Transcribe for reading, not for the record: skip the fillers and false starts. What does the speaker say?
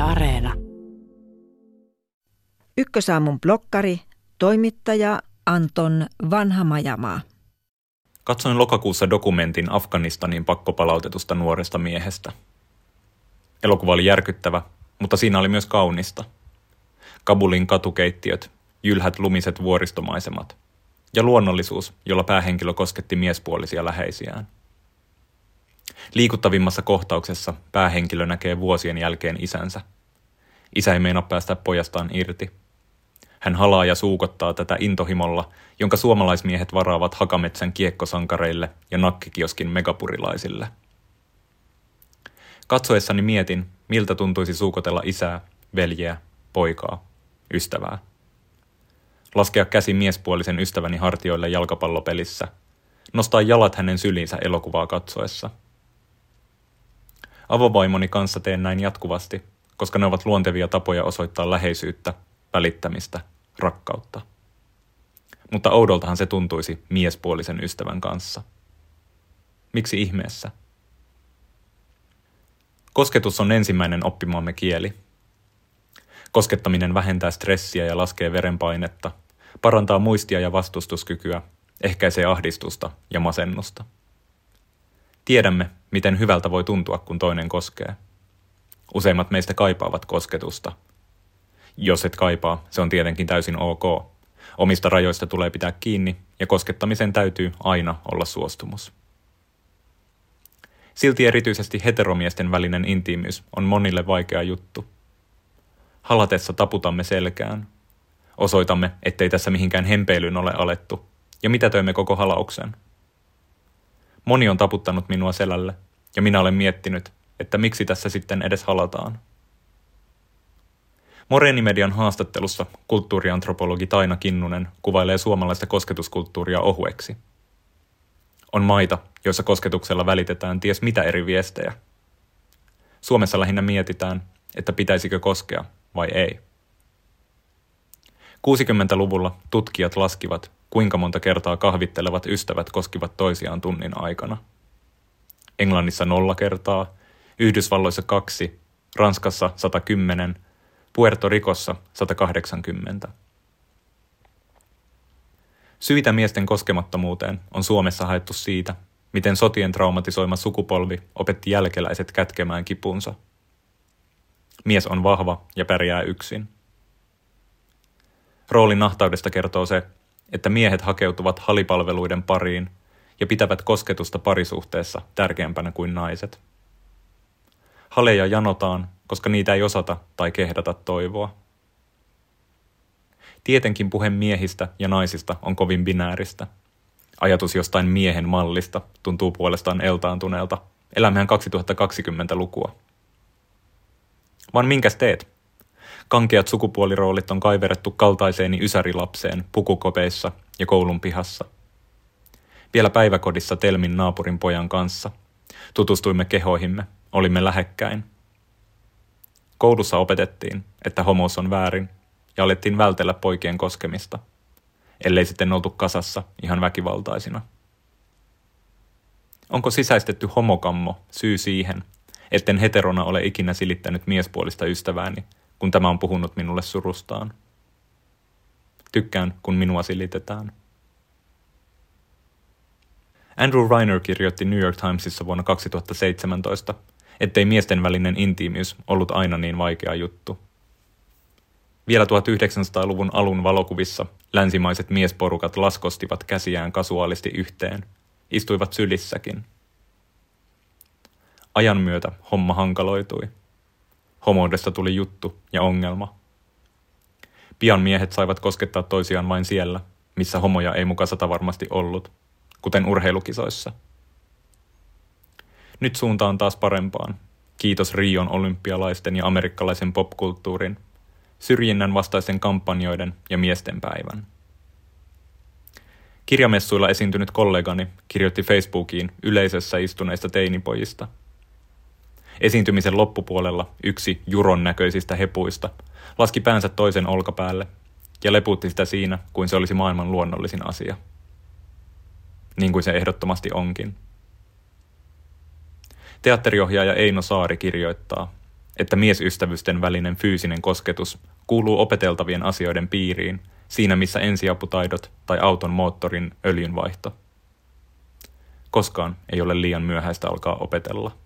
Areena. Ykkösaamun blokkari, toimittaja Anton Vanhamajamaa. Katsoin lokakuussa dokumentin Afganistanin pakkopalautetusta nuoresta miehestä. Elokuva oli järkyttävä, mutta siinä oli myös kaunista. Kabulin katukeittiöt, jylhät lumiset vuoristomaisemat ja luonnollisuus, jolla päähenkilö kosketti miespuolisia läheisiään. Liikuttavimmassa kohtauksessa päähenkilö näkee vuosien jälkeen isänsä. Isä ei meinaa päästä pojastaan irti. Hän halaa ja suukottaa tätä intohimolla, jonka suomalaismiehet varaavat Hakametsän kiekkosankareille ja nakkikioskin megapurilaisille. Katsoessani mietin, miltä tuntuisi suukotella isää, veljeä, poikaa, ystävää. Laskea käsi miespuolisen ystäväni hartioille jalkapallopelissä. Nostaa jalat hänen syliinsä elokuvaa katsoessa. Avovaimoni kanssa teen näin jatkuvasti, koska ne ovat luontevia tapoja osoittaa läheisyyttä, välittämistä, rakkautta. Mutta oudoltahan se tuntuisi miespuolisen ystävän kanssa. Miksi ihmeessä? Kosketus on ensimmäinen oppimaamme kieli. Koskettaminen vähentää stressiä ja laskee verenpainetta, parantaa muistia ja vastustuskykyä, ehkäisee ahdistusta ja masennusta. Tiedämme, miten hyvältä voi tuntua, kun toinen koskee. Useimmat meistä kaipaavat kosketusta. Jos et kaipaa, se on tietenkin täysin ok. Omista rajoista tulee pitää kiinni ja koskettamisen täytyy aina olla suostumus. Silti erityisesti heteromiesten välinen intiimiys on monille vaikea juttu. Halatessa taputamme selkään. Osoitamme, ettei tässä mihinkään hempeilyyn ole alettu, ja mitätöimme koko halauksen. Moni on taputtanut minua selälle, ja minä olen miettinyt, että miksi tässä sitten edes halataan. Moreenimedian haastattelussa kulttuuriantropologi Taina Kinnunen kuvailee suomalaista kosketuskulttuuria ohueksi. On maita, joissa kosketuksella välitetään ties mitä eri viestejä. Suomessa lähinnä mietitään, että pitäisikö koskea vai ei. 60-luvulla tutkijat laskivat, kuinka monta kertaa kahvittelevat ystävät koskivat toisiaan tunnin aikana. Englannissa 0 kertaa, Yhdysvalloissa 2, Ranskassa 110, Puerto Ricossa 180. Syitä miesten koskemattomuuteen on Suomessa haettu siitä, miten sotien traumatisoima sukupolvi opetti jälkeläiset kätkemään kipunsa. Mies on vahva ja pärjää yksin. Roolin ahtaudesta kertoo se, että miehet hakeutuvat halipalveluiden pariin ja pitävät kosketusta parisuhteessa tärkeämpänä kuin naiset. Haleja janotaan, koska niitä ei osata tai kehdata toivoa. Tietenkin puhe miehistä ja naisista on kovin binääristä. Ajatus jostain miehen mallista tuntuu puolestaan eltaantuneelta. Elämmehän 2020-lukua. Vaan minkäs teet? Kankeat sukupuoliroolit on kaiverrettu kaltaiseeni ysärilapseen pukukopeissa ja koulun pihassa. Vielä päiväkodissa Telmin naapurin pojan kanssa. Tutustuimme kehoihimme, olimme lähekkäin. Koulussa opetettiin, että homous on väärin, ja alettiin vältellä poikien koskemista, ellei sitten oltu kasassa ihan väkivaltaisina. Onko sisäistetty homokammo syy siihen, etten heterona ole ikinä silittänyt miespuolista ystävääni, kun tämä on puhunut minulle surustaan? Tykkään, kun minua silitetään. Andrew Reiner kirjoitti New York Timesissa vuonna 2017, ettei miesten välinen intiimiys ollut aina niin vaikea juttu. Vielä 1900-luvun alun valokuvissa länsimaiset miesporukat laskostivat käsiään kasuaalisti yhteen, istuivat sylissäkin. Ajan myötä homma hankaloitui. Homoudesta tuli juttu ja ongelma. Pian miehet saivat koskettaa toisiaan vain siellä, missä homoja ei muka satavarmasti ollut, kuten urheilukisoissa. Nyt suunta on taas parempaan. Kiitos Rion olympialaisten ja amerikkalaisen popkulttuurin, syrjinnän vastaisten kampanjoiden ja miesten päivän. Kirjamessuilla esiintynyt kollegani kirjoitti Facebookiin yleisössä istuneista teinipojista. Esiintymisen loppupuolella yksi Juron näköisistä hepuista laski päänsä toisen olkapäälle ja leputti sitä siinä, kuin se olisi maailman luonnollisin asia. Niin kuin se ehdottomasti onkin. Teatteriohjaaja Eino Saari kirjoittaa, että miesystävysten välinen fyysinen kosketus kuuluu opeteltavien asioiden piiriin, siinä missä ensiaputaidot tai auton moottorin öljynvaihto. Koskaan ei ole liian myöhäistä alkaa opetella.